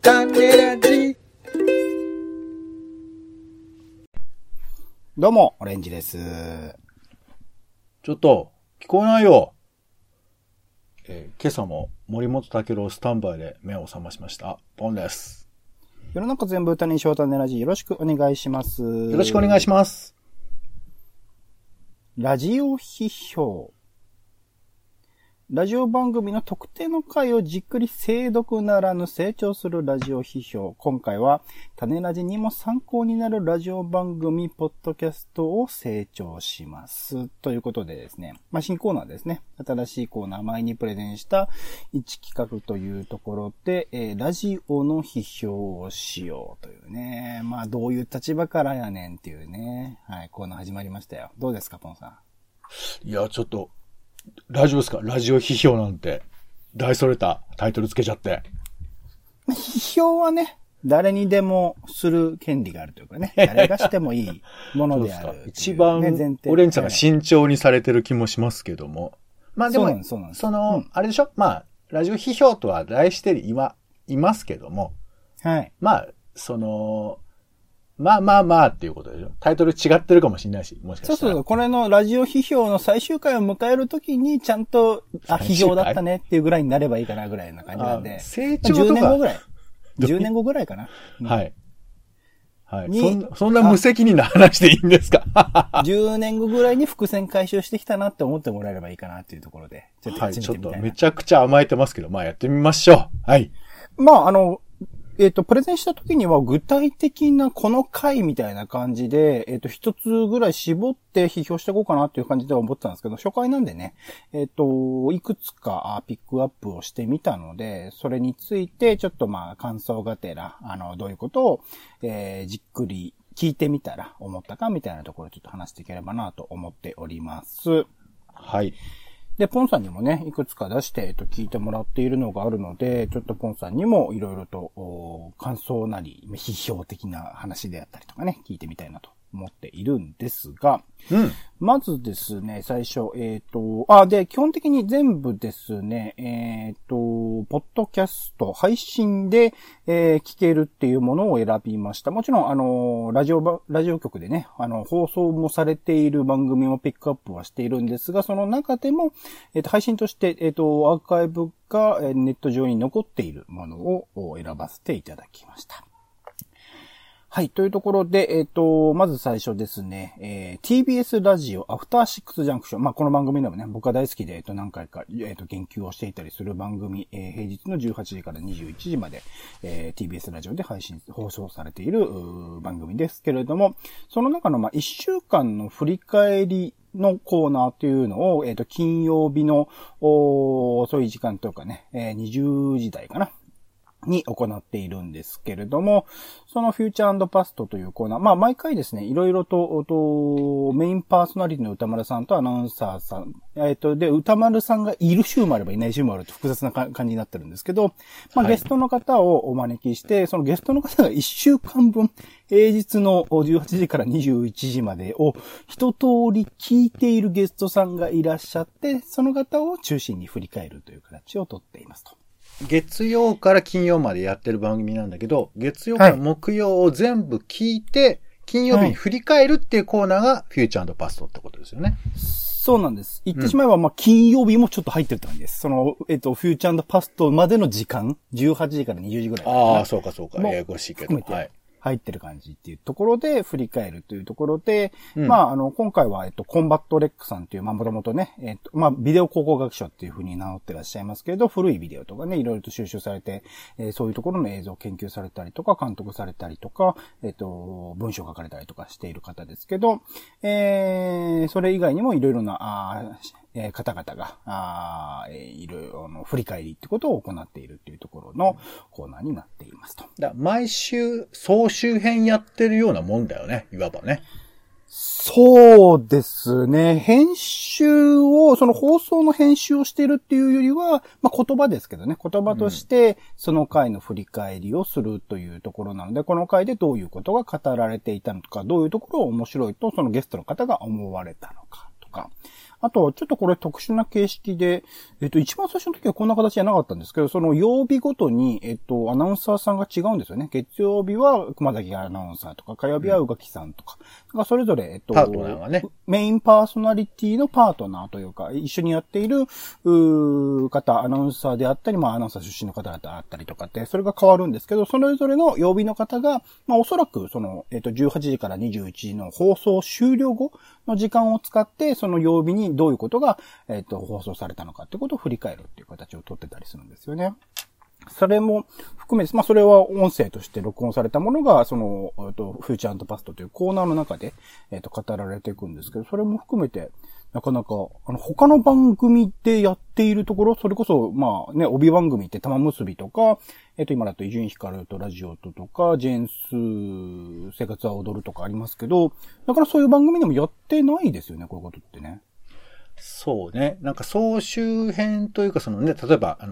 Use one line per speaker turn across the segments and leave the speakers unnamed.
種ラジ。どうも、オレンジです。
ちょっと、聞こえないよ。今朝も森本武郎スタンバイで目を覚ましました。ポンです。
世の中全部歌にしよう種ラジ、よろしくお願いします。
よろしくお願いします。
ラジオ批評。ラジオ番組の特定の回をじっくり精読ならぬ成長するラジオ批評。今回は種ラジにも参考になるラジオ番組、ポッドキャストを成長します。ということでですね。新コーナーですね。新しいコーナー、前にプレゼンした一企画というところで、ラジオの批評をしようというね。どういう立場からやねんっていうね。はい、コーナー始まりましたよ。どうですか、ポンさん。
いや、ちょっと、ラジオですか？ラジオ批評なんて、大それたタイトルつけちゃって。
批評はね、誰にでもする権利があるというかね、誰がしてもいいものである、ね。
一番、オレンジさんが慎重にされてる気もしますけども。でも、あれでしょ？ラジオ批評とは題していますけども。
はい。
っていうことでしょ。タイトル違ってるかもしれないし、もしかしたら。
そう、これのラジオ批評の最終回を迎えるときに、ちゃんと、批評だったねっていうぐらいになればいいかなぐらいな感じなんで。
成長とか。
10年後ぐらい。10年後ぐらいかな。
はい。はい。そんな無責任な話でいいんですか
？10年後ぐらいに伏線回収してきたなって思ってもらえればいいかなっていうところで。
ちょっとめちゃくちゃ甘えてますけど、やってみましょう。はい。
プレゼンした時には具体的なこの回みたいな感じで、一つぐらい絞って批評していこうかなっていう感じでは思ってたんですけど、初回なんでね、いくつかピックアップをしてみたので、それについてちょっと感想がてら、どういうことを、じっくり聞いてみたら思ったかみたいなところをちょっと話していければなと思っております。
はい。
で、ポンさんにもね、いくつか出して、聞いてもらっているのがあるので、ちょっとポンさんにもいろいろと、感想なり、批評的な話であったりとかね、聞いてみたいなと思っているんですが、まずですね、最初、で、基本的に全部ですね、ポッドキャスト、配信で、聞けるっていうものを選びました。もちろん、ラジオ局でね、放送もされている番組もピックアップはしているんですが、その中でも、配信として、アーカイブがネット上に残っているものを選ばせていただきました。はい。というところで、まず最初ですね、TBS ラジオアフターシックスジャンクション。この番組でもね、僕が大好きで、何回か、言及をしていたりする番組、平日の18時から21時まで、TBS ラジオで放送されている番組ですけれども、その中の1週間の振り返りのコーナーというのを、金曜日の、遅い時間というかね、20時台かな。に行っているんですけれども、そのフューチャー&パストというコーナー、毎回ですね、いろいろと、メインパーソナリティの歌丸さんとアナウンサーさん、で、歌丸さんがいる週もあればいない週もあると複雑な感じになってるんですけど、ゲストの方をお招きして、そのゲストの方が1週間分、平日の18時から21時までを一通り聞いているゲストさんがいらっしゃって、その方を中心に振り返るという形をとっていますと。
月曜から金曜までやってる番組なんだけど、月曜から木曜を全部聞いて、金曜日に振り返るっていうコーナーがフューチャー&パストってことですよね。
そうなんです。言ってしまえば、金曜日もちょっと入ってるって感じです。その、フューチャー&パストまでの時間、18時から20時ぐらい。
ああ、そうか。ややこしいけど。
はい。入ってる感じっていうところで振り返るというところで、今回は、コンバットレックさんっていう、もともとね、ビデオ考古学賞っていう風に名乗ってらっしゃいますけれど、古いビデオとかね、いろいろと収集されて、そういうところの映像を研究されたりとか、監督されたりとか、文章を書かれたりとかしている方ですけど、それ以外にもいろいろな、方々が、いろいろ振り返りってことを行っているっていうところのコーナーになっていますと。
毎週総集編やってるようなもんだよね、いわばね。
そうですね。編集を、その放送の編集をしているっていうよりは、言葉ですけどね。言葉として、その回の振り返りをするというところなので、この回でどういうことが語られていたのか、どういうところを面白いと、そのゲストの方が思われたのかとか、 あと、ちょっとこれ特殊な形式で、一番最初の時はこんな形じゃなかったんですけど、その曜日ごとに、アナウンサーさんが違うんですよね。月曜日は熊崎アナウンサーとか、火曜日は宇垣さんとか。だからそれぞれ、
パートナーがね。
メインパーソナリティのパートナーというか、一緒にやっている、方、アナウンサーであったり、アナウンサー出身の方だったりとかって、それが変わるんですけど、それぞれの曜日の方が、おそらく、18時から21時の放送終了後の時間を使って、その曜日にどういうことが、放送されたのかってことを振り返るっていう形をとってたりするんですよね。それも含めて、それは音声として録音されたものが、フューチャー&パストというコーナーの中で、語られていくんですけど、それも含めて、なかなか、他の番組でやっているところ、それこそ、帯番組って玉結びとか、今だと伊集院光とラジオとか、ジェーンス生活は踊るとかありますけど、だからそういう番組でもやってないですよね、こういうことってね。
そうね。なんか総集編というか例えば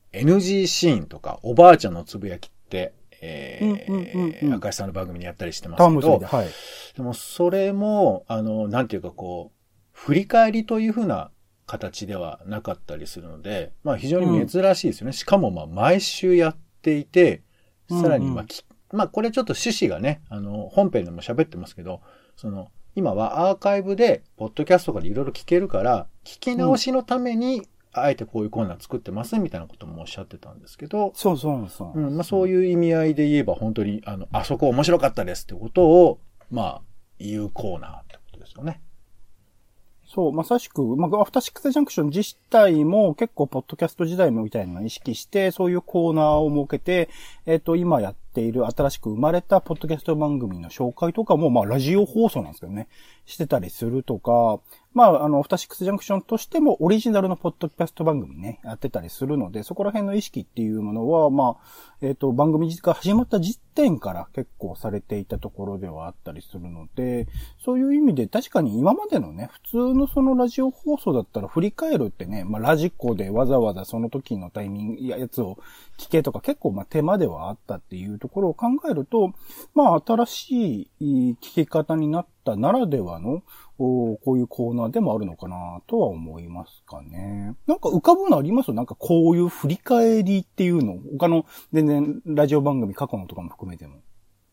NG シーンとか、おばあちゃんのつぶやきって、赤石さんの番組にやったりしてますけど、
はい。
でもそれも、なんていうか振り返りというふうな形ではなかったりするので、非常に珍しいですよね。しかも毎週やっていて、さらにこれちょっと趣旨がね、本編でも喋ってますけど、今はアーカイブで、ポッドキャストとかでいろいろ聞けるから、聞き直しのために、あえてこういうコーナー作ってますみたいなこともおっしゃってたんですけど、
そう。
そういう意味合いで言えば本当に、あそこ面白かったですってことを、言うコーナーってことですよね。
そう、まさしく、アフターシックスジャンクション自体も結構ポッドキャスト時代みたいなのを意識して、そういうコーナーを設けて、今やっている新しく生まれたポッドキャスト番組の紹介とかも、ラジオ放送なんですけどね、してたりするとか、アフターシックスジャンクションとしてもオリジナルのポッドキャスト番組ね、やってたりするので、そこら辺の意識っていうものは、番組が始まった時点から結構されていたところではあったりするので、そういう意味で確かに今までのね、普通のそのラジオ放送だったら振り返るってね、ラジコでわざわざその時のタイミングやつを聞けとか結構手間ではあったっていうところを考えると、新しい聞き方になったならではの、こういうコーナーでもあるのかなとは思いますかね。なんか浮かぶのあります？なんかこういう振り返りっていうの。他の全然ラジオ番組過去のとかも含めても。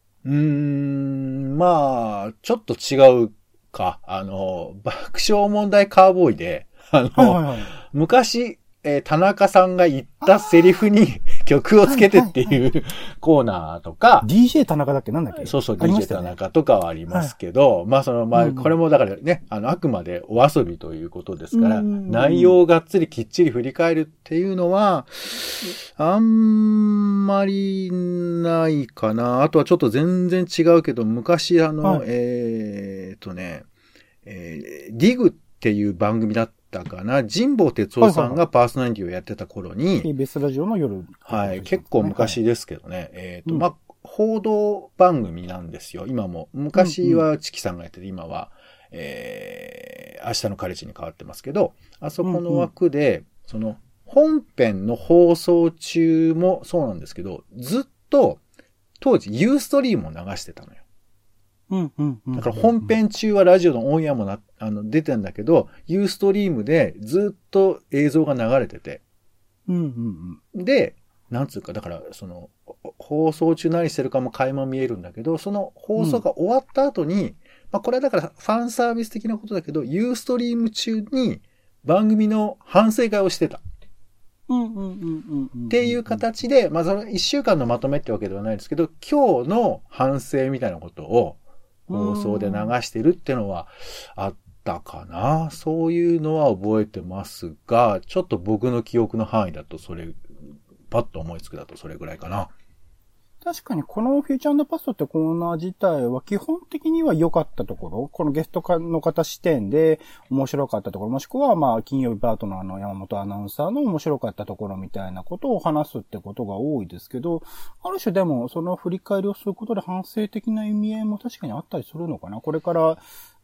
ちょっと違うか。爆笑問題カーボーイで、昔、田中さんが言ったセリフに曲をつけてっていうコーナーとか。
DJ 田中だっけなんだっけ？
そう、DJ 田中とかはありますけど、これもだからね、あくまでお遊びということですから、内容をがっつりきっちり振り返るっていうのは、あんまりないかな。あとはちょっと全然違うけど、昔ディグっていう番組だったかな。神保哲夫さんがパーソナリティをやってた頃に、
TBS ラジオの夜。
はい、結構昔ですけどね。報道番組なんですよ。今も。昔はチキさんがやってて、今は、明日のカレッジに変わってますけど、あそこの枠で、本編の放送中もそうなんですけど、ずっと、当時ユーストリームを流してたのよ。だから本編中はラジオのオンエアも出てんだけど、ユーストリームでずっと映像が流れてて。で、なんつうか、だから、放送中何してるかも垣間見えるんだけど、その放送が終わった後に、これはだからファンサービス的なことだけど、ユーストリーム中に番組の反省会をしてた。っていう形で、その1週間のまとめってわけではないですけど、今日の反省みたいなことを放送で流してるっていうのはあったかな。そういうのは覚えてますが、ちょっと僕の記憶の範囲だとパッと思いつくだとそれぐらいかな。
確かにこのフューチャー&パストってコーナー自体は基本的には良かったところ、このゲストの方視点で面白かったところ、もしくは金曜日パートナーの山本アナウンサーの面白かったところみたいなことを話すってことが多いですけど、ある種でもその振り返りをすることで反省的な意味合いも確かにあったりするのかな。これから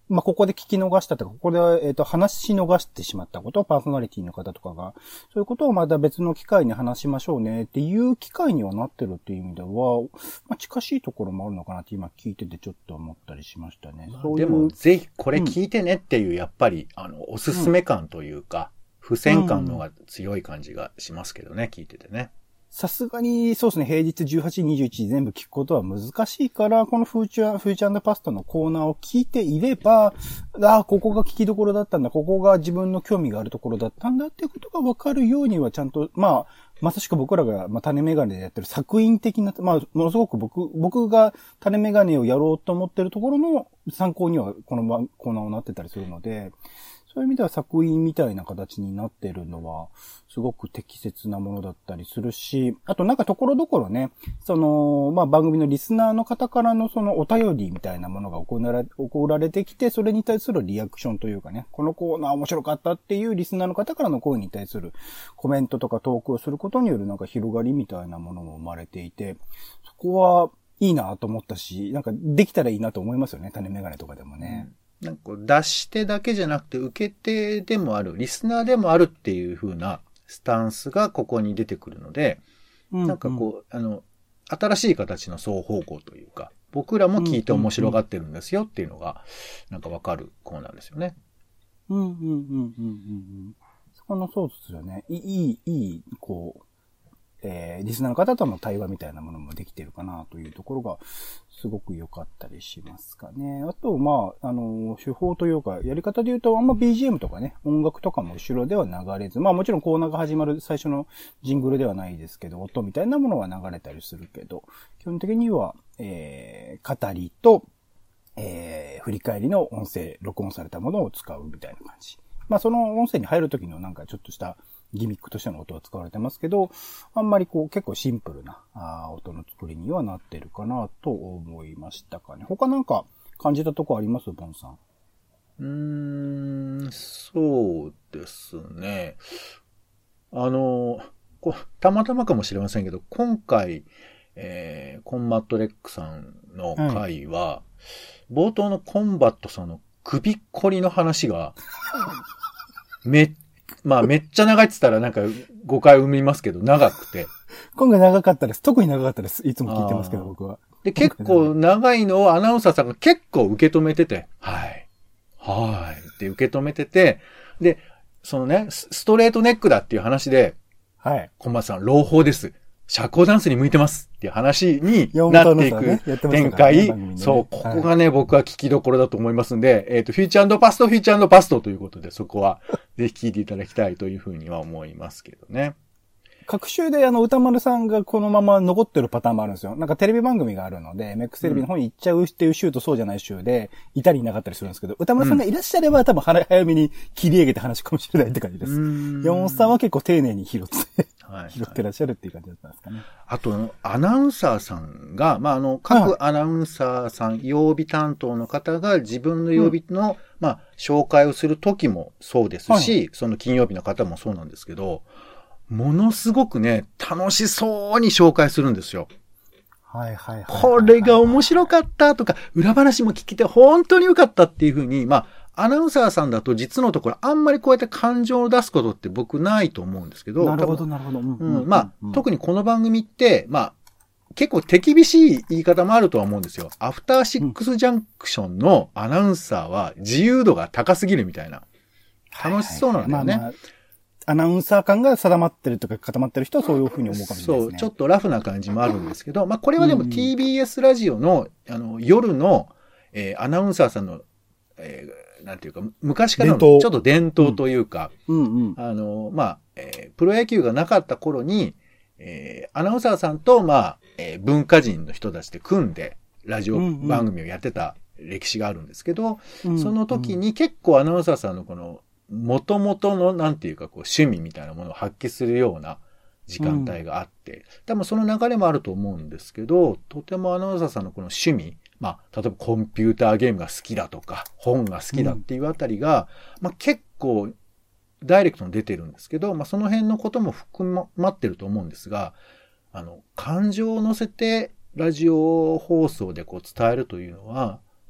まあ、ここで聞き逃したとか、ここで、話し逃してしまったこと、パーソナリティの方とかが、そういうことをまた別の機会に話しましょうねっていう機会にはなってるっていう意味では、まあ、近しいところもあるのかなって今聞いててちょっと思ったりしましたね。そういう
でも、ぜひこれ聞いてねっていう、やっぱり、おすすめ感というか、付箋感のが強い感じがしますけどね、聞いててね。
さすがに、そうですね、平日18、21全部聞くことは難しいから、このフューチャー&パストのコーナーを聞いていれば、ここが聞きどころだったんだ、ここが自分の興味があるところだったんだっていうことが分かるようにはちゃんと、まさしく僕らが、種メガネでやってる作品的な、ものすごく僕が種メガネをやろうと思ってるところの参考にはこのコーナーをなってたりするので、そういう意味では作品みたいな形になってるのは、すごく適切なものだったりするし、あとなんかところどころね、番組のリスナーの方からのお便りみたいなものが送られてきて、それに対するリアクションというかね、このコーナー面白かったっていうリスナーの方からの声に対するコメントとかトークをすることによるなんか広がりみたいなものも生まれていて、そこはいいなと思ったし、なんかできたらいいなと思いますよね、種メガネとかでもね。
なんか出し手だけじゃなくて受け手でもある、リスナーでもあるっていう風なスタンスがここに出てくるので、なんかこう、新しい形の双方向というか、僕らも聞いて面白がってるんですよっていうのが、なんかわかるコーナーですよね。
そこのそうですよね。いい、こう、リスナーの方との対話みたいなものもできてるかなというところがすごく良かったりしますかね。あと、手法というか、やり方で言うと、BGM とかね、音楽とかも後ろでは流れず、もちろんコーナーが始まる最初のジングルではないですけど、音みたいなものは流れたりするけど、基本的には、語りと、振り返りの音声、録音されたものを使うみたいな感じ。その音声に入るときのなんかちょっとしたギミックとしての音は使われてますけど、あんまり結構シンプルな音の作りにはなってるかなと思いましたかね。他なんか感じたとこありますボンさ
ん？そうですね。たまたまかもしれませんけど、今回、コンバットレックさんの回は、冒頭のコンバットさんの首っこりの話が、めっちゃ長いって言ったらなんか誤解を生みますけど、長くて。
今回長かったです。特に長かったです。いつも聞いてますけど、僕は。
で、結構長いのをアナウンサーさんが結構受け止めてて、はいって受け止めてて、で、そのね、ストレートネックだっていう話で、
はい。
小松さん、朗報です。社交ダンスに向いてますっていう話になっていく展開。そう、ここがね、僕は聞きどころだと思いますんで、フューチャー&パストということで、そこはぜひ聞いていただきたいというふうには思いますけどね。
各週で歌丸さんがこのまま残ってるパターンもあるんですよ。なんかテレビ番組があるので、MX テレビの方に行っちゃうっていう週とそうじゃない週で、いたりいなかったりするんですけど、歌丸さんがいらっしゃれば多分早めに切り上げて話かもしれないって感じです。山本さんは結構丁寧に拾ってらっしゃるっていう感じだったんですかね。
あと、アナウンサーさんが、各アナウンサーさん、曜日担当の方が自分の曜日の、紹介をする時もそうですし、その金曜日の方もそうなんですけど、ものすごくね、楽しそうに紹介するんですよ。これが面白かったとか、裏話も聞けて本当に良かったっていうふうに、アナウンサーさんだと実のところあんまりこうやって感情を出すことって僕ないと思うんですけど。
なるほど。
特にこの番組って、結構手厳しい言い方もあるとは思うんですよ。アフターシックスジャンクションのアナウンサーは自由度が高すぎるみたいな。楽しそうなんだよね。
アナウンサー感が定まってるとか固まってる人はそういうふうに思うかもしれないですね。
そう、ちょっとラフな感じもあるんですけど、これはでも TBS ラジオの、夜の、アナウンサーさんの、なんていうか、昔からのちょっと伝統というか、プロ野球がなかった頃に、アナウンサーさんと、文化人の人たちで組んで、ラジオ番組をやってた歴史があるんですけど、その時に結構アナウンサーさんのこの、元々の、なんていうか、趣味みたいなものを発揮するような時間帯があって、多分その流れもあると思うんですけど、とてもアナウンサーさんのこの趣味、例えばコンピューターゲームが好きだとか、本が好きだっていうあたりが、結構、ダイレクトに出てるんですけど、その辺のことも含まってると思うんですが、感情を乗せてラジオ放送で伝えるというのは、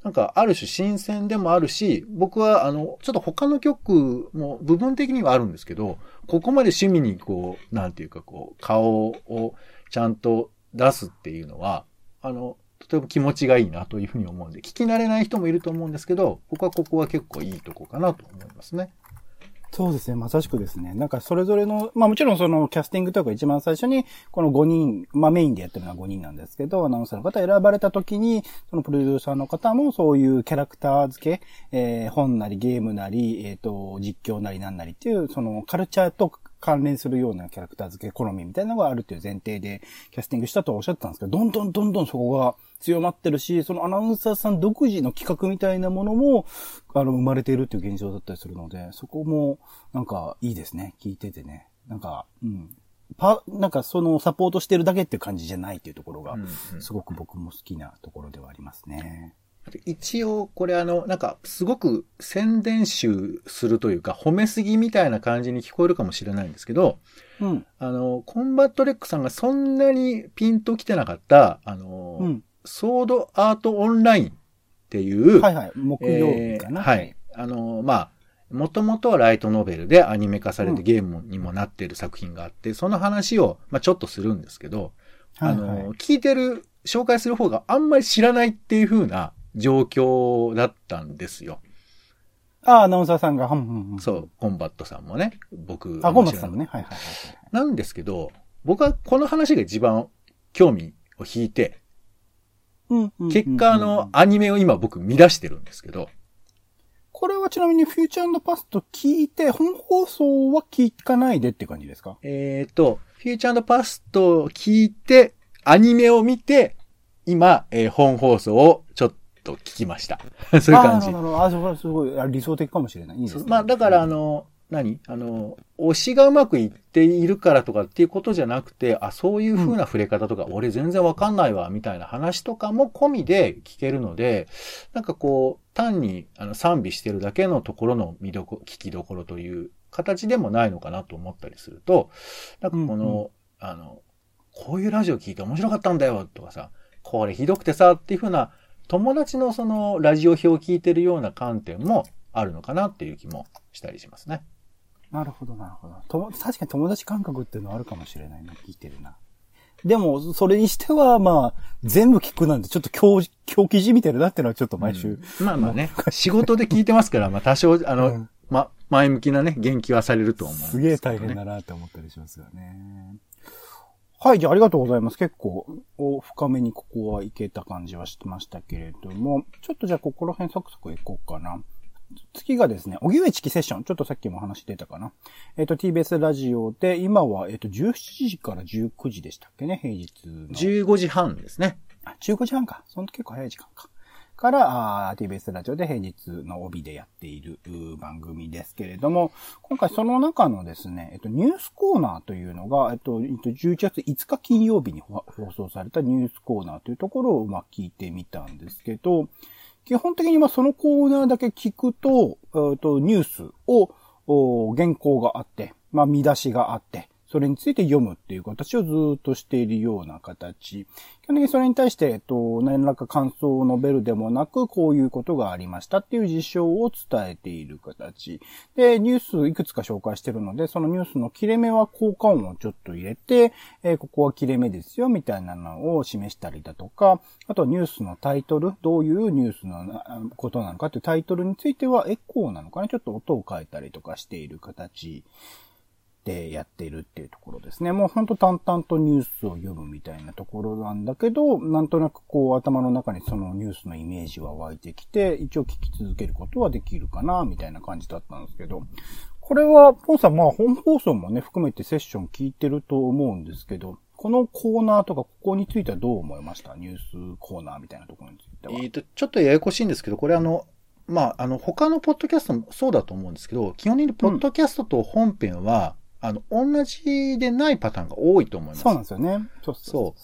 なんかある種新鮮でもあるし、僕はちょっと他の曲も部分的にはあるんですけど、ここまで趣味にこう、なんていうかこう、顔をちゃんと出すっていうのは、とても気持ちがいいなというふうに思うんで、聞き慣れない人もいると思うんですけど、僕はここは結構いいとこかなと思いますね。
そうですね。まさしくですね。なんかそれぞれの、まあもちろんそのキャスティングとか一番最初に、この5人、まあメインでやってるのは5人なんですけど、アナウンサーの方選ばれた時に、そのプロデューサーの方もそういうキャラクター付け、本なりゲームなり、実況なりなんなりっていう、そのカルチャーと関連するようなキャラクター付け、好みみたいなのがあるっていう前提でキャスティングしたとはおっしゃってたんですけど、どんどんそこが強まってるし、そのアナウンサーさん独自の企画みたいなものも、生まれているっていう現状だったりするので、そこも、なんか、いいですね。聞いててね。なんか、なんかそのサポートしてるだけっていう感じじゃないっていうところが、すごく僕も好きなところではありますね。
一応、これなんか、すごく宣伝集するというか、褒めすぎみたいな感じに聞こえるかもしれないんですけど、コンバットレックさんがそんなにピンと来てなかった、ソードアートオンラインっていう、
はいはい、木曜日かな。
はい。まあ、もともとはライトノベルでアニメ化されてゲームにもなっている作品があって、その話を、まあちょっとするんですけど、聞いてる、紹介する方があんまり知らないっていう風な状況だったんですよ。
アナウンサーさんが、
そう、コンバットさんもね、僕。
コンバットさんもね、はいはいはい。
なんですけど、僕はこの話が一番興味を引いて、結果アニメを今僕見出してるんですけど。
これはちなみにフューチャーパスト聞いて、本放送は聞かないでって感じですか？
フューチャーパスト聞いて、アニメを見て、今、本放送をちょっと聞きました。そういう感じ。
すごい理想的かもしれない。いいですね。
まあだから推しがうまくいっているからとかっていうことじゃなくて、そういう風な触れ方とか、俺全然わかんないわ、みたいな話とかも込みで聞けるので、なんかこう、単に賛美してるだけのところの聞きどころという形でもないのかなと思ったりすると、なんかこういうラジオ聞いて面白かったんだよ、とかさ、これひどくてさ、っていう風な、友達のそのラジオ表を聞いてるような観点もあるのかなっていう気もしたりしますね。
なるほど、なるほど。確かに友達感覚っていうのはあるかもしれないな、聞いてるな。でも、それにしては、まあ、全部聞くなんてちょっと狂気じみてるなっていうのはちょっと毎週。
まあまあね、仕事で聞いてますから、まあ多少、前向きなね、元気はされると思うんですけどね。
すげえ大変だなって思ったりしますよね。はい、じゃあありがとうございます。結構、深めにここはいけた感じはしてましたけれども、ちょっとじゃあここら辺サクサクいこうかな。次がですね、荻上チキセッション。ちょっとさっきも話出たかな。TBS ラジオで、今は、17時から19時でしたっけね、平日の。
15時半ですね。
15時半か。その結構早い時間か。から、TBS ラジオで平日の帯でやっている番組ですけれども、今回その中のですね、ニュースコーナーというのが、11月5日金曜日に放送されたニュースコーナーというところを、聞いてみたんですけど、基本的にそのコーナーだけ聞くと、ニュースを、原稿があって、見出しがあって、それについて読むっていう形をずっとしているような形。基本的にそれに対して、何らか感想を述べるでもなく、こういうことがありましたっていう事象を伝えている形。で、ニュースいくつか紹介してるので、そのニュースの切れ目は効果音をちょっと入れて、ここは切れ目ですよ、みたいなのを示したりだとか、あとはニュースのタイトル、どういうニュースのことなのかっていうタイトルについてはエコーなのかな、ちょっと音を変えたりとかしている形。でやっているっていうところですね。もうほんと淡々とニュースを読むみたいなところなんだけど、なんとなく頭の中にそのニュースのイメージは湧いてきて、一応聞き続けることはできるかな、みたいな感じだったんですけど、これは、ポンさん本放送もね、含めてセッション聞いてると思うんですけど、このコーナーとかここについてはどう思いました？ニュースコーナーみたいなところについては。
ちょっとややこしいんですけど、これ他のポッドキャストもそうだと思うんですけど、基本的にポッドキャストと本編は、同じでないパターンが多いと思います。
そうなんですよね。
そう。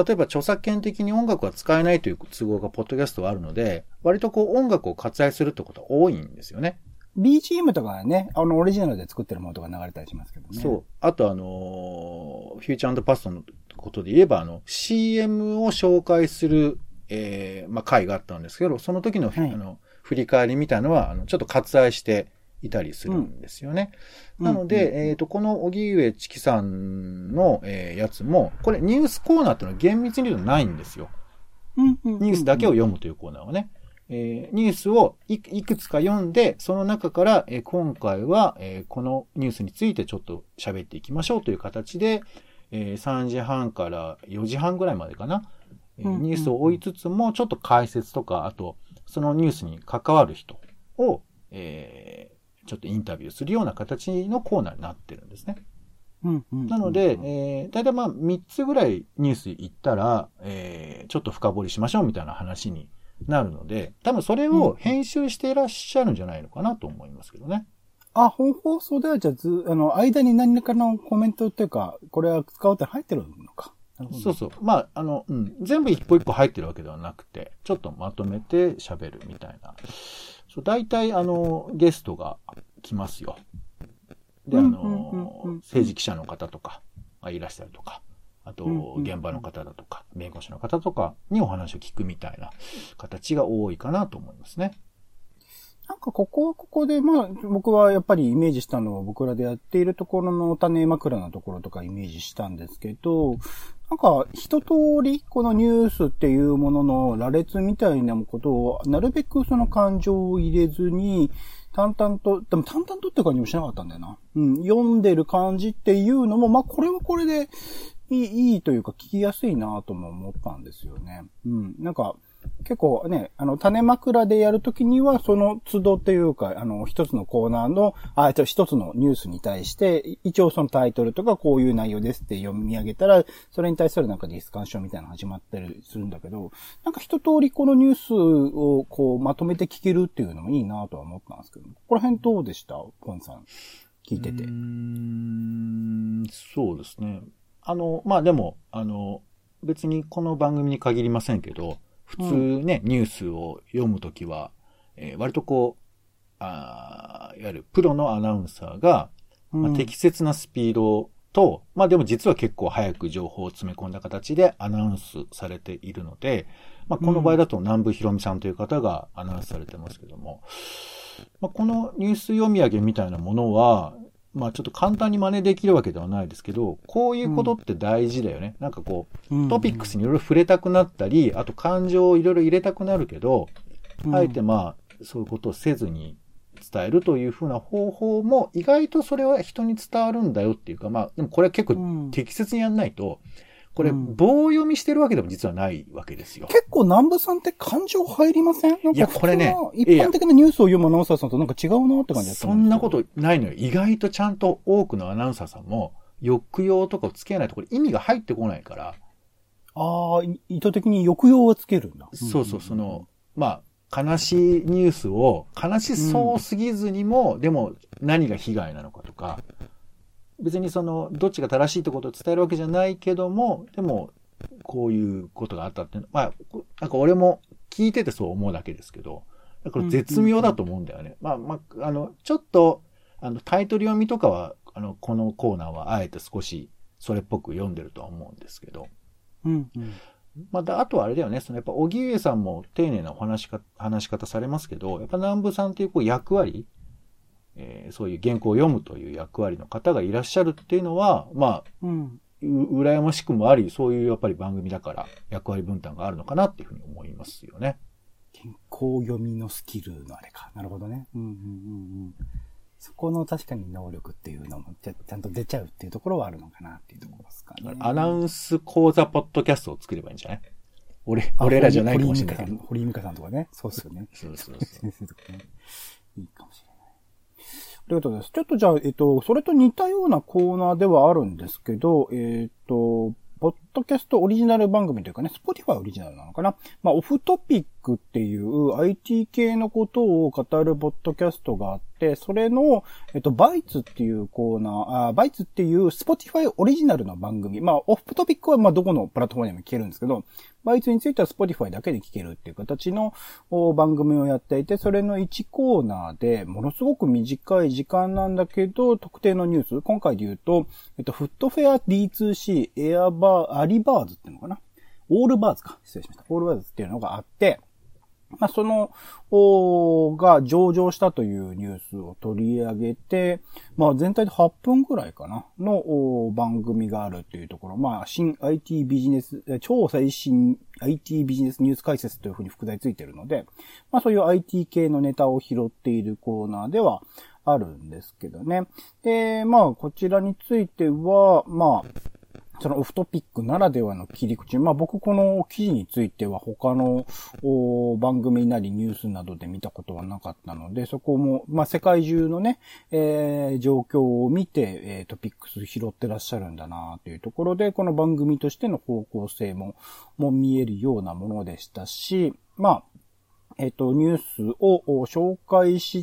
例えば著作権的に音楽は使えないという都合がポッドキャストはあるので、割と音楽を割愛するってことは多いんですよね。
BGM とかはね、オリジナルで作ってるものとか流れたりしますけどね。
そう。あとフューチャー&パストのことで言えば、CM を紹介する回があったんですけど、その時の、
はい、
振り返りみたいのは、ちょっと割愛していたりするんですよね。なので、この荻上チキさんの、やつも、これニュースコーナーっていうのは厳密に言うとないんですよ。ニュースだけを読むというコーナーはね。ニュースをいくつか読んで、その中から、今回は、このニュースについてちょっと喋っていきましょうという形で、3時半から4時半ぐらいまでかな。ニュースを追いつつも、ちょっと解説とか、あと、そのニュースに関わる人を、ちょっとインタビューするような形のコーナーになってるんですね。なので、だいたい3つぐらいニュース行ったら、ちょっと深掘りしましょうみたいな話になるので、多分それを編集していらっしゃるんじゃないのかなと思いますけどね。
本放送ではじゃあ間に何らかのコメントというか、これは使うって入ってるのか。
そうそう。全部一個一個入ってるわけではなくて、ちょっとまとめて喋るみたいな。そう、大体ゲストが来ますよ。で、政治記者の方とかがいらっしゃるとか、あと、現場の方だとか、弁護士の方とかにお話を聞くみたいな形が多いかなと思いますね。
なんかここで、僕はやっぱりイメージしたのは僕らでやっているところの種枕のところとかイメージしたんですけど、なんか一通りこのニュースっていうものの羅列みたいなことをなるべくその感情を入れずに、淡々とっていう感じもしなかったんだよな。読んでる感じっていうのも、これはこれでいいというか聞きやすいなとも思ったんですよね。なんか、結構ね、種枕でやるときには、その都度っていうか、一つのコーナーの、一つのニュースに対して、一応そのタイトルとかこういう内容ですって読み上げたら、それに対するなんかディスカッションみたいなの始まったりするんだけど、なんか一通りこのニュースをこうまとめて聞けるっていうのもいいなとは思ったんですけど、ここら辺どうでした？ポンさん。聞いてて。
そうですね。でも、別にこの番組に限りませんけど、普通ね、ニュースを読むときは、割とこう、いわゆるプロのアナウンサーが、適切なスピードと、でも実は結構早く情報を詰め込んだ形でアナウンスされているので、この場合だと南部ひろみさんという方がアナウンスされてますけども、このニュース読み上げみたいなものは、ちょっと簡単に真似できるわけではないですけど、こういうことって大事だよね。なんかこう、トピックスにいろいろ触れたくなったり、あと感情をいろいろ入れたくなるけど、あえてそういうことをせずに伝えるというふうな方法も、意外とそれは人に伝わるんだよっていうか、でもこれは結構適切にやんないと、これ、棒読みしてるわけでも実はないわけですよ。
結構南部さんって感情入りません？なんか
いや、これね、
一般的なニュースを読むアナウンサーさんとなんか違うなって感じだった
そんなことないのよ。意外とちゃんと多くのアナウンサーさんも、抑揚とかをつけないとこれ意味が入ってこないから。
意図的に抑揚をつけるんだ。
そうそう、悲しいニュースを、悲しそうすぎずにも、でも何が被害なのかとか、別にどっちが正しいってことを伝えるわけじゃないけども、でも、こういうことがあったって、なんか俺も聞いててそう思うだけですけど、だから絶妙だと思うんだよね。ちょっと、タイトル読みとかは、このコーナーはあえて少しそれっぽく読んでるとは思うんですけど。あとはあれだよね、やっぱ、荻上さんも丁寧な話し方されますけど、やっぱ南部さんっていう役割、そういう原稿を読むという役割の方がいらっしゃるっていうのは、羨ましくもあり、そういうやっぱり番組だから役割分担があるのかなっていうふうに思いますよね。
原稿読みのスキルのあれか。なるほどね。そこの確かに能力っていうのもちゃんと出ちゃうっていうところはあるのかなっていうところですかね。
アナウンス講座ポッドキャストを作ればいいんじゃない？俺らじゃないかもしれないけど。
堀井美香さんとかね。そうっすよね。
そう。
先生とかね。いいかもしれない。ありがとうございます。ちょっとじゃあ、それと似たようなコーナーではあるんですけど、ポッドキャストオリジナル番組というかね、Spotify オリジナルなのかな。オフトピックっていう IT 系のことを語るポッドキャストがあって、それの、バイツっていうコーナー、バイツっていう Spotify オリジナルの番組。オフトピックはどこのプラットフォームでも聞けるんですけど、バイツについては Spotify だけで聞けるっていう形の番組をやっていて、それの1コーナーで、ものすごく短い時間なんだけど、特定のニュース、今回で言うと、フットフェア D2C アリバーズっていうのかなオールバーズか。失礼しました。オールバーズっていうのがあって、まあ、その、が上場したというニュースを取り上げて、まあ、全体で8分くらいかな、の番組があるっていうところ、まあ、新 IT ビジネス、超最新 IT ビジネスニュース解説というふうに副題ついてるので、まあ、そういう IT 系のネタを拾っているコーナーではあるんですけどね。で、まあ、こちらについては、まあ、そのオフトピックならではの切り口。まあ僕この記事については他の番組なりニュースなどで見たことはなかったので、そこも、まあ世界中のね、状況を見て、トピックス拾ってらっしゃるんだなというところで、この番組としての方向性も見えるようなものでしたし、まあ、ニュースを紹介して、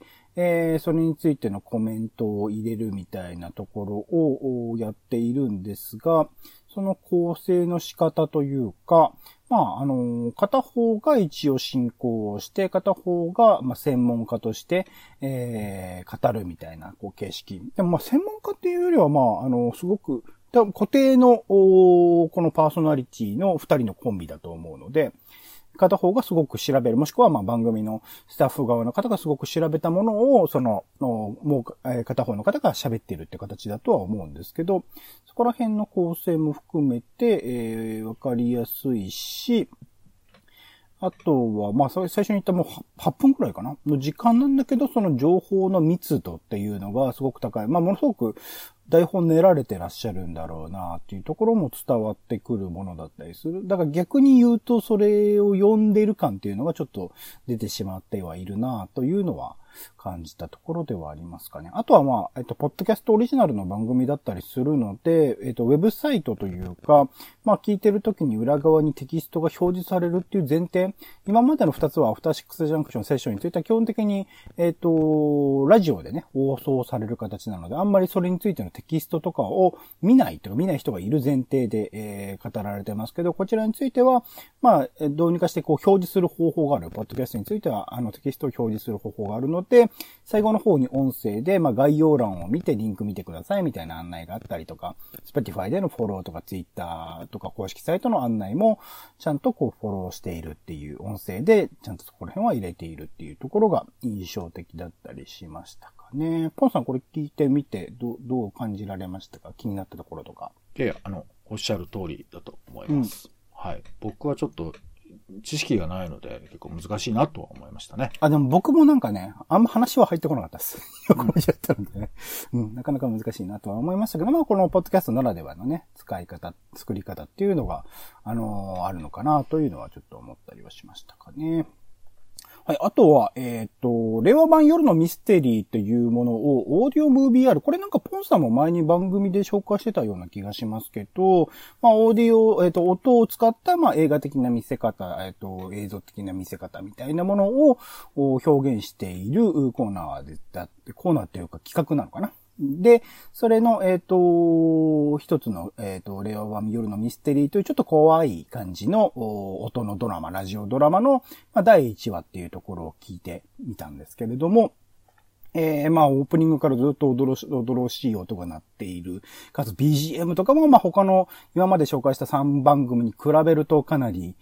それについてのコメントを入れるみたいなところをやっているんですが、その構成の仕方というか、まあ、片方が一応進行をして、片方が、まあ、専門家として、語るみたいな、形式。でも、まあ、専門家っていうよりは、まあ、すごく、固定の、このパーソナリティの二人のコンビだと思うので、片方がすごく調べる、もしくはまあ番組のスタッフ側の方がすごく調べたものを、もう片方の方が喋っているって形だとは思うんですけど、そこら辺の構成も含めて、わかりやすいし、あとは、まあ、最初に言ったもう8分くらいかなの時間なんだけど、その情報の密度っていうのがすごく高い。まあ、ものすごく台本練られてらっしゃるんだろうなっていうところも伝わってくるものだったりする。だから逆に言うと、それを読んでいる感っていうのがちょっと出てしまってはいるなというのは感じたところではありますかね。あとはまあ、ポッドキャストオリジナルの番組だったりするので、ウェブサイトというか、まあ聞いてるときに裏側にテキストが表示されるっていう前提、今までの2つはアフターシックスジャンクションセッションについては基本的に、ラジオでね、放送される形なので、あんまりそれについてのテキストとかを見ない人がいる前提で、語られてますけど、こちらについては、まあ、どうにかして表示する方法がある。ポッドキャストについては、テキストを表示する方法があるので、最後の方に音声で、まあ、概要欄を見てリンク見てくださいみたいな案内があったりとか、Spotify でのフォローとか Twitter とか公式サイトの案内もちゃんとフォローしているっていう音声で、ちゃんとそこら辺は入れているっていうところが印象的だったりしましたかね。ポンさんこれ聞いてみてどう感じられましたか？気になったところとか。
いや、おっしゃる通りだと思います。はい。僕はちょっと知識がないので結構難しいなとは思いましたね。
でも僕もなんかね、あんま話は入ってこなかったです。よく見ちゃったのでね。なかなか難しいなとは思いましたけど、まあこのポッドキャストならではのね、使い方、作り方っていうのが、あるのかなというのはちょっと思ったりはしましたかね。はい。あとは、令和版夜のミステリーというものを、オーディオムービー R。これなんかポンさんも前に番組で紹介してたような気がしますけど、まあ、オーディオ、音を使った、まあ、映画的な見せ方、映像的な見せ方みたいなものを表現しているコーナーコーナーというか企画なのかな。で、それの、一つの、令和版夜のミステリーというちょっと怖い感じの音のドラマ、ラジオドラマの、まあ、第1話っていうところを聞いてみたんですけれども、まあ、オープニングからずっと驚々しい音が鳴っている。かつ BGM とかも、まあ、他の今まで紹介した3番組に比べるとかなり、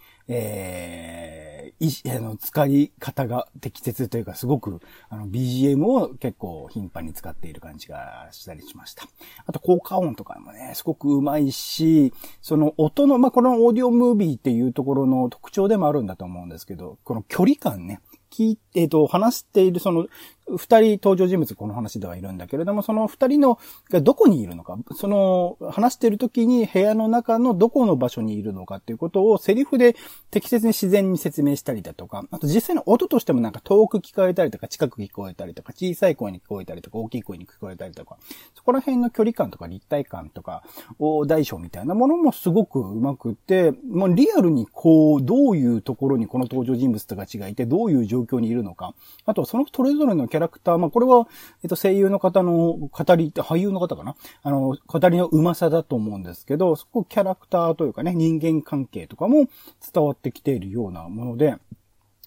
使い方が適切というか、すごく、BGM を結構頻繁に使っている感じがしたりしました。あと、効果音とかもね、すごくうまいし、その音の、まあ、このオーディオムービーっていうところの特徴でもあるんだと思うんですけど、この距離感ね、話しているその、二人登場人物この話ではいるんだけれども、その二人がどこにいるのか、その話している時に部屋の中のどこの場所にいるのかっていうことをセリフで適切に自然に説明したりだとか、あと実際の音としてもなんか遠く聞こえたりとか近く聞こえたりとか小さい声に聞こえたりとか大きい声に聞こえたりとか、そこら辺の距離感とか立体感とか大小みたいなものもすごくうまくって、もうリアルにどういうところにこの登場人物とか違いてどういう状況にいるのか、あとはそのそれぞれのキャラクター、まあこれは声優の方の語り、俳優の方かな、語りのうまさだと思うんですけど、そこキャラクターというかね、人間関係とかも伝わってきているようなもので、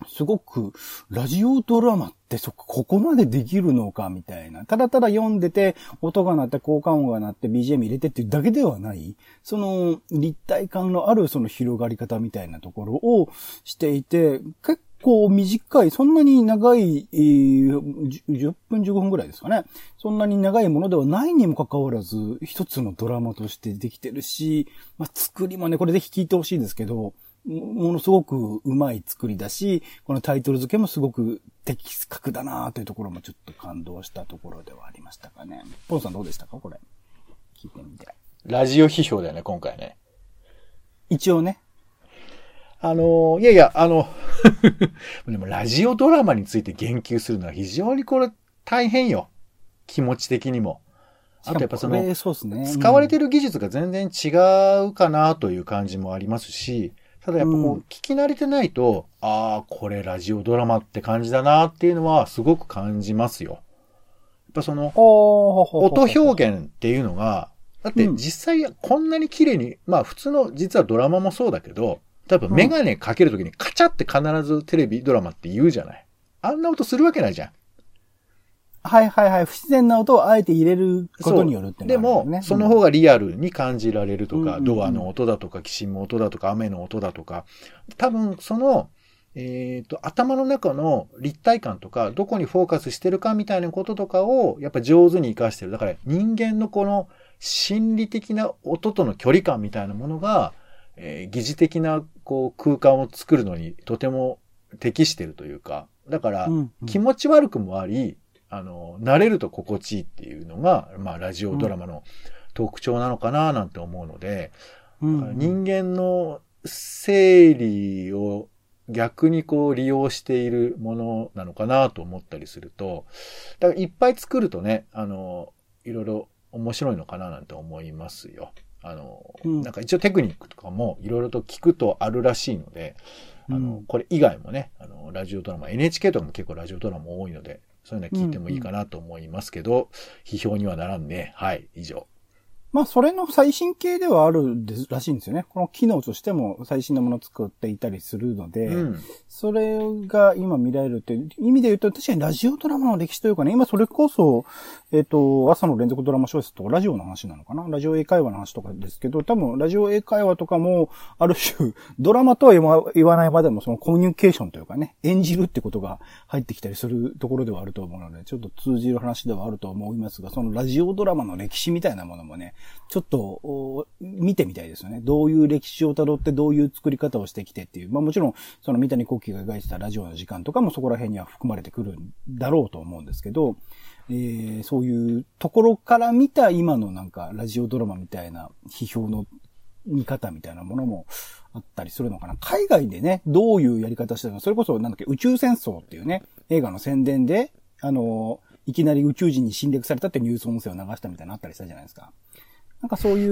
すごく、ラジオドラマってここまでできるのかみたいな。ただただ読んでて、音が鳴って効果音が鳴って BGM 入れてっていうだけではない。その、立体感のあるその広がり方みたいなところをしていて、結構短い、そんなに長い、10分15分ぐらいですかね。そんなに長いものではないにもかかわらず、一つのドラマとしてできてるし、まあ、作りもね、これぜひ聞いてほしいんですけど、ものすごく上手い作りだし、このタイトル付けもすごく的確だなというところもちょっと感動したところではありましたかね。ポンさんどうでしたかこれ。聞いてみて。
ラジオ批評だよね、今回ね。
一応ね。
いやいや、でもラジオドラマについて言及するのは非常にこれ大変よ。気持ち的にも。あとやっぱその、
そうですね。
使われてる技術が全然違うかなという感じもありますし、ただやっぱこう、聞き慣れてないと、これラジオドラマって感じだなっていうのはすごく感じますよ。やっぱその、音表現っていうのが、だって実際こんなに綺麗に、まあ普通の実はドラマもそうだけど、多分メガネかけるときにカチャって必ずテレビドラマって言うじゃない。あんな音するわけないじゃん。
はいはいはい。不自然な音をあえて入れることによるって
いうのは、ね。でも、その方がリアルに感じられるとか、ドアの音だとか、きしむ音だとか、雨の音だとか、多分その、頭の中の立体感とか、どこにフォーカスしてるかみたいなこととかを、やっぱ上手に活かしてる。だから人間のこの心理的な音との距離感みたいなものが、疑似的なこう空間を作るのにとても適してるというか、だから気持ち悪くもあり、慣れると心地いいっていうのが、まあラジオドラマの特徴なのかななんて思うので、人間の生理を逆にこう利用しているものなのかなと思ったりすると、だからいっぱい作るとね、いろいろ面白いのかななんて思いますよ。なんか一応テクニックとかもいろいろと聞くとあるらしいので、これ以外もね、ラジオドラマ、NHK とかも結構ラジオドラマ多いので、そういうの聞いてもいいかなと思いますけど、批評にはならんね。はい、以上。
まあ、それの最新系ではあるらしいんですよね。この機能としても最新のものを作っていたりするので、それが今見られるっていう意味で言うと、確かにラジオドラマの歴史というかね、今それこそ、朝の連続ドラマ小説とかラジオの話なのかな、ラジオ英会話の話とかですけど、多分ラジオ英会話とかも、ある種、ドラマとは言わないまでもそのコミュニケーションというかね、演じるってことが入ってきたりするところではあると思うので、ちょっと通じる話ではあると思いますが、そのラジオドラマの歴史みたいなものもね、ちょっと見てみたいですよね。どういう歴史をたどってどういう作り方をしてきてっていう。まあもちろん、その三谷幸喜が描いてたラジオの時間とかもそこら辺には含まれてくるんだろうと思うんですけど、そういうところから見た今のなんかラジオドラマみたいな批評の見方みたいなものもあったりするのかな。海外でね、どういうやり方してるのか、それこそなんだっけ、宇宙戦争っていうね、映画の宣伝で、いきなり宇宙人に侵略されたってニュース音声を流したみたいなのあったりしたじゃないですか。なんかそういう。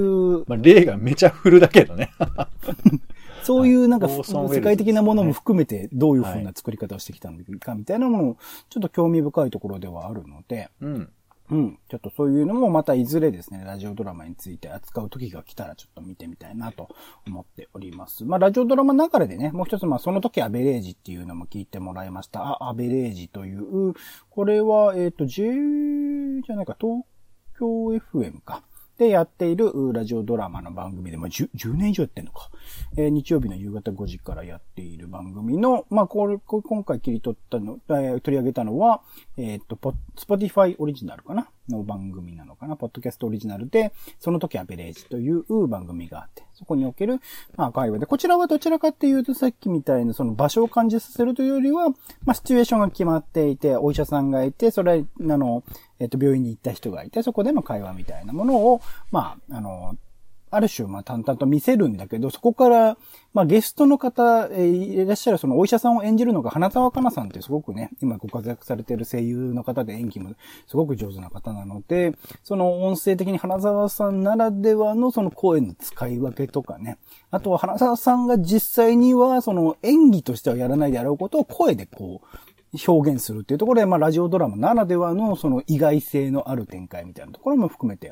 まあ、例がめちゃフルだけどね。
そういうなんか、世界的なものも含めてどういう風な作り方をしてきたのかみたいなものもちょっと興味深いところではあるので、ちょっとそういうのもまたいずれですね、ラジオドラマについて扱う時が来たらちょっと見てみたいなと思っております。まあラジオドラマの流れでね、もう一つまあその時アベレージっていうのも聞いてもらいました。アベレージという、これはJ じゃないか、東京 FM か。でやっているラジオドラマの番組で、10年以上やってんのか。日曜日の夕方5時からやっている番組の、まあ、今回取り上げたのは、Spotify オリジナルかなの番組なのかな。ポッドキャストオリジナルで、その時アベレージという番組があって、そこにおける、まあ、会話で、こちらはどちらかっていうと、さっきみたいなその場所を感じさせるというよりは、まあ、シチュエーションが決まっていて、お医者さんがいて、それ、病院に行った人がいて、そこでの会話みたいなものを、まあ、ある種、まあ、淡々と見せるんだけど、そこから、まあ、ゲストの方、いらっしゃるそのお医者さんを演じるのが花澤香菜さんってすごくね、今ご活躍されている声優の方で演技もすごく上手な方なので、その音声的に花澤さんならではのその声の使い分けとかね、あとは花澤さんが実際にはその演技としてはやらないであろうことを声でこう、表現するっていうところで、まあ、ラジオドラマならではのその意外性のある展開みたいなところも含めて、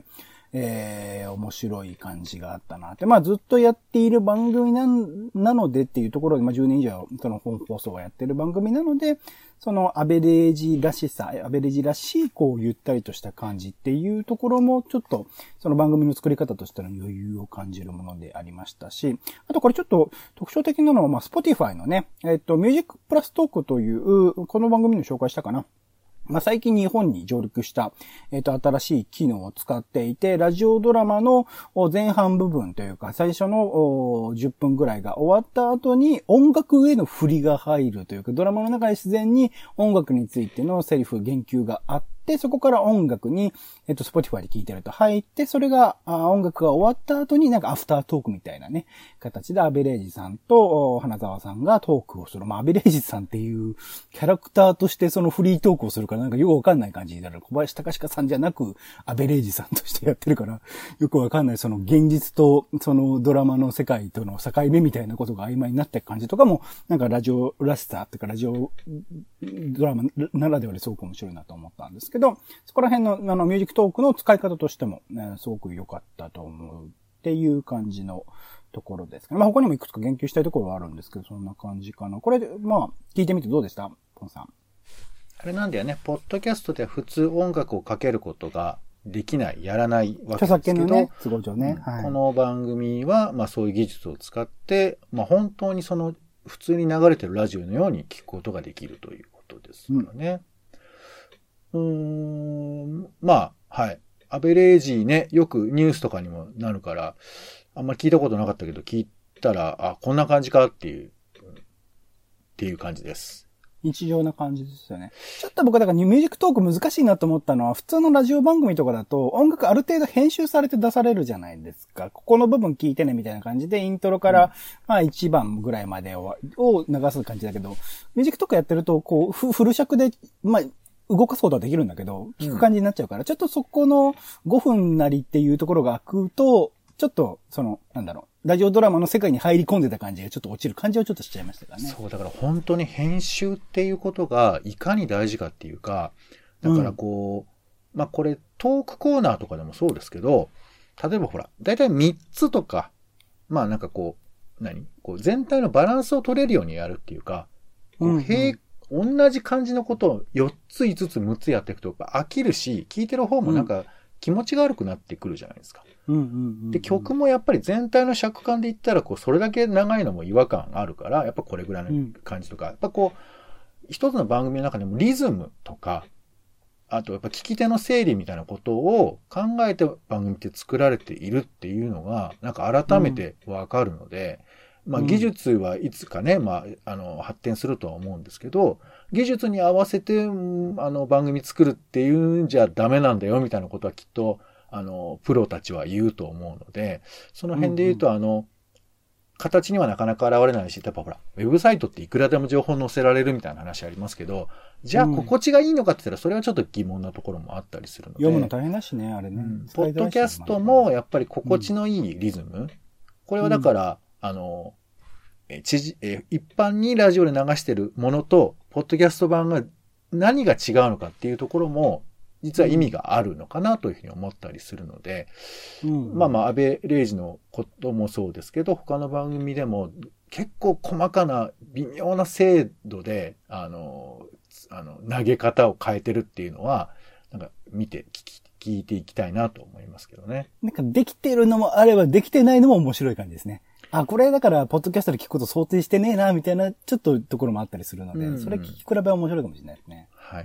面白い感じがあったなって。まあずっとやっている番組なのでっていうところで、まあ10年以上その本放送をやってる番組なので、そのアベレージらしさ、アベレージらしいこうゆったりとした感じっていうところもちょっとその番組の作り方としての余裕を感じるものでありましたし、あとこれちょっと特徴的なのは、まあ Spotify のね、ミュージックプラストークという、この番組の紹介したかな。まあ、最近日本に上陸した、新しい機能を使っていて、ラジオドラマの前半部分というか、最初の10分ぐらいが終わった後に音楽への振りが入るというか、ドラマの中で自然に音楽についてのセリフ、言及があって、そこから音楽に、Spotify で聴いてると入って、それが、音楽が終わった後になんかアフタートークみたいなね、形でアベレージさんと花沢さんがトークをする。まあ、アベレージさんっていうキャラクターとしてそのフリートークをするからなんかよくわかんない感じになる。小林隆史さんじゃなく、アベレージさんとしてやってるから、よくわかんないその現実とそのドラマの世界との境目みたいなことが曖昧になっていく感じとかも、なんかラジオらしさっていうかラジオドラマならではですごく面白いなと思ったんですけど、そこら辺のミュージックトークの使い方としても、ね、すごく良かったと思うっていう感じのところですかね。まあ他にもいくつか言及したいところはあるんですけど、そんな感じかな。これ、まあ聞いてみてどうでしたポンさん。
あれなんだよね、ポッドキャストでは普通音楽をかけることができない、やらないわけですけど、
著作権のね、都合上ね、
はい、この番組は、まあそういう技術を使って、まあ本当にその普通に流れてるラジオのように聞くことができるということですよね。まあ、はい。アベレージね、よくニュースとかにもなるから、あんまり聞いたことなかったけど、聞いたら、あ、こんな感じかっていう感じです。
日常な感じですよね。ちょっと僕だからミュージックトーク難しいなと思ったのは、普通のラジオ番組とかだと音楽ある程度編集されて出されるじゃないですか。ここの部分聞いてねみたいな感じでイントロから、まあ1番ぐらいまでを流す感じだけど、ミュージックトークやってると、こう、フル尺で、まあ、動かすことはできるんだけど、聞く感じになっちゃうから、ちょっとそこの5分なりっていうところが空くと、ちょっと、なんだろう、ラジオドラマの世界に入り込んでた感じがちょっと落ちる感じはちょっとしちゃいましたからね。
そう、だから本当に編集っていうことがいかに大事かっていうか、だからこう、まあこれトークコーナーとかでもそうですけど、例えばほら、だいたい3つとか、まあなんかこう全体のバランスを取れるようにやるっていうか、同じ感じのことを4つ5つ6つやっていくと飽きるし、聞いてる方もなんか気持ちが悪くなってくるじゃないですか。で、曲もやっぱり全体の尺感で言ったら、こう、それだけ長いのも違和感あるから、やっぱこれぐらいの感じとか、やっぱこう、一つの番組の中でもリズムとか、あとやっぱ聞き手の整理みたいなことを考えて番組って作られているっていうのが、なんか改めてわかるので、まあ技術はいつかね、まあ、発展するとは思うんですけど、技術に合わせて、番組作るっていうんじゃダメなんだよみたいなことはきっと、プロたちは言うと思うので、その辺で言うと、形にはなかなか現れないし、やっぱほら、ウェブサイトっていくらでも情報載せられるみたいな話ありますけど、じゃあ心地がいいのかって言ったら、それはちょっと疑問なところもあったりするので。
読むの大変だしね、あれね。
ポッドキャストもやっぱり心地のいいリズム。これはだから、一般にラジオで流してるものと、ポッドキャスト版が何が違うのかっていうところも、実は意味があるのかなというふうに思ったりするので、まあまあ、アベレージのこともそうですけど、他の番組でも結構細かな微妙な精度で、投げ方を変えてるっていうのは、なんか見て聞いていきたいなと思いますけどね。
なんかできてるのもあればできてないのも面白い感じですね。あ、これだから、ポッドキャストで聞くこと想定してねえな、みたいな、ちょっとところもあったりするので、それ聞き比べは面白いかもしれないですね。
はい。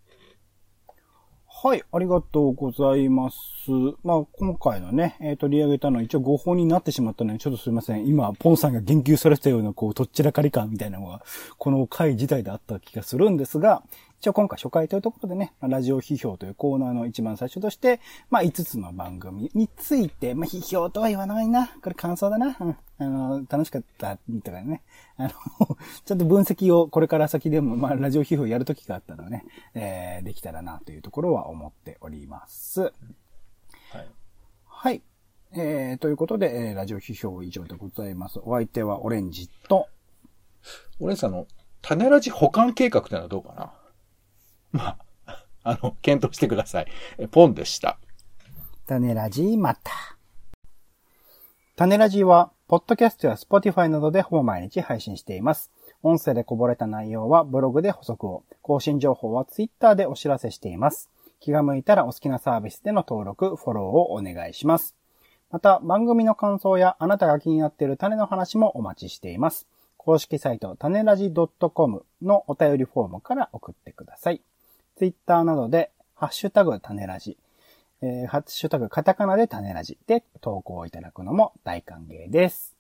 はい、ありがとうございます。まあ、今回のね、取り上げたのは一応5本になってしまったので、ちょっとすいません。今、ポンさんが言及されてたような、こう、とっちらかり感みたいなのが、この回自体であった気がするんですが、一応今回初回というところでね、ラジオ批評というコーナーの一番最初として、まあ5つの番組について、まあ批評とは言わないな。これ感想だな。楽しかったとかね。ちょっと分析をこれから先でも、まあラジオ批評やるときがあったのでね、できたらなというところは思っております。はい。はい。ということで、ラジオ批評以上でございます。お相手はオレンジと、
オレンジさん種ラジ保管計画ってのはどうかな？まあ、検討してください。ポンでした。
種ラジまた。種ラジは、ポッドキャストや Spotify などでほぼ毎日配信しています。音声でこぼれた内容はブログで補足を、更新情報は Twitter でお知らせしています。気が向いたらお好きなサービスでの登録、フォローをお願いします。また、番組の感想やあなたが気になっている種の話もお待ちしています。公式サイト、種ラジ .com のお便りフォームから送ってください。Twitter などで、ハッシュタグ種ラジ、ハッシュタグカタカナで種ラジで投稿いただくのも大歓迎です。